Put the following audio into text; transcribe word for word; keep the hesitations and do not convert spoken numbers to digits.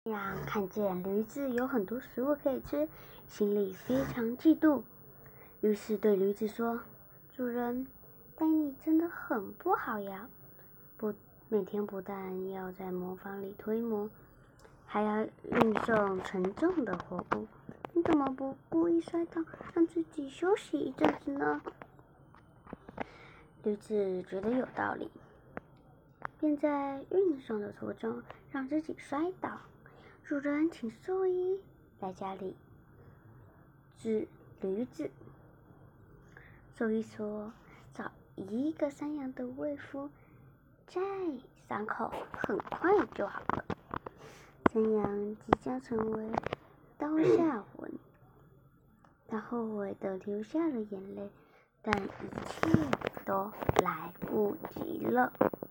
羊看见驴子有很多食物可以吃，心里非常嫉妒，于是对驴子说：“主人，但你真的很不好呀！不，每天不但要在磨坊里推磨，还要运送沉重的货物，你怎么不故意摔倒，让自己休息一阵子呢？”驴子觉得有道理，便在运送的途中让自己摔倒。主人请兽医来家里治驴子。兽医说，找一个山羊的卫夫，在伤口很快就好了。山羊即将成为刀下魂，他后悔的流下了眼泪，但一切都来不及了。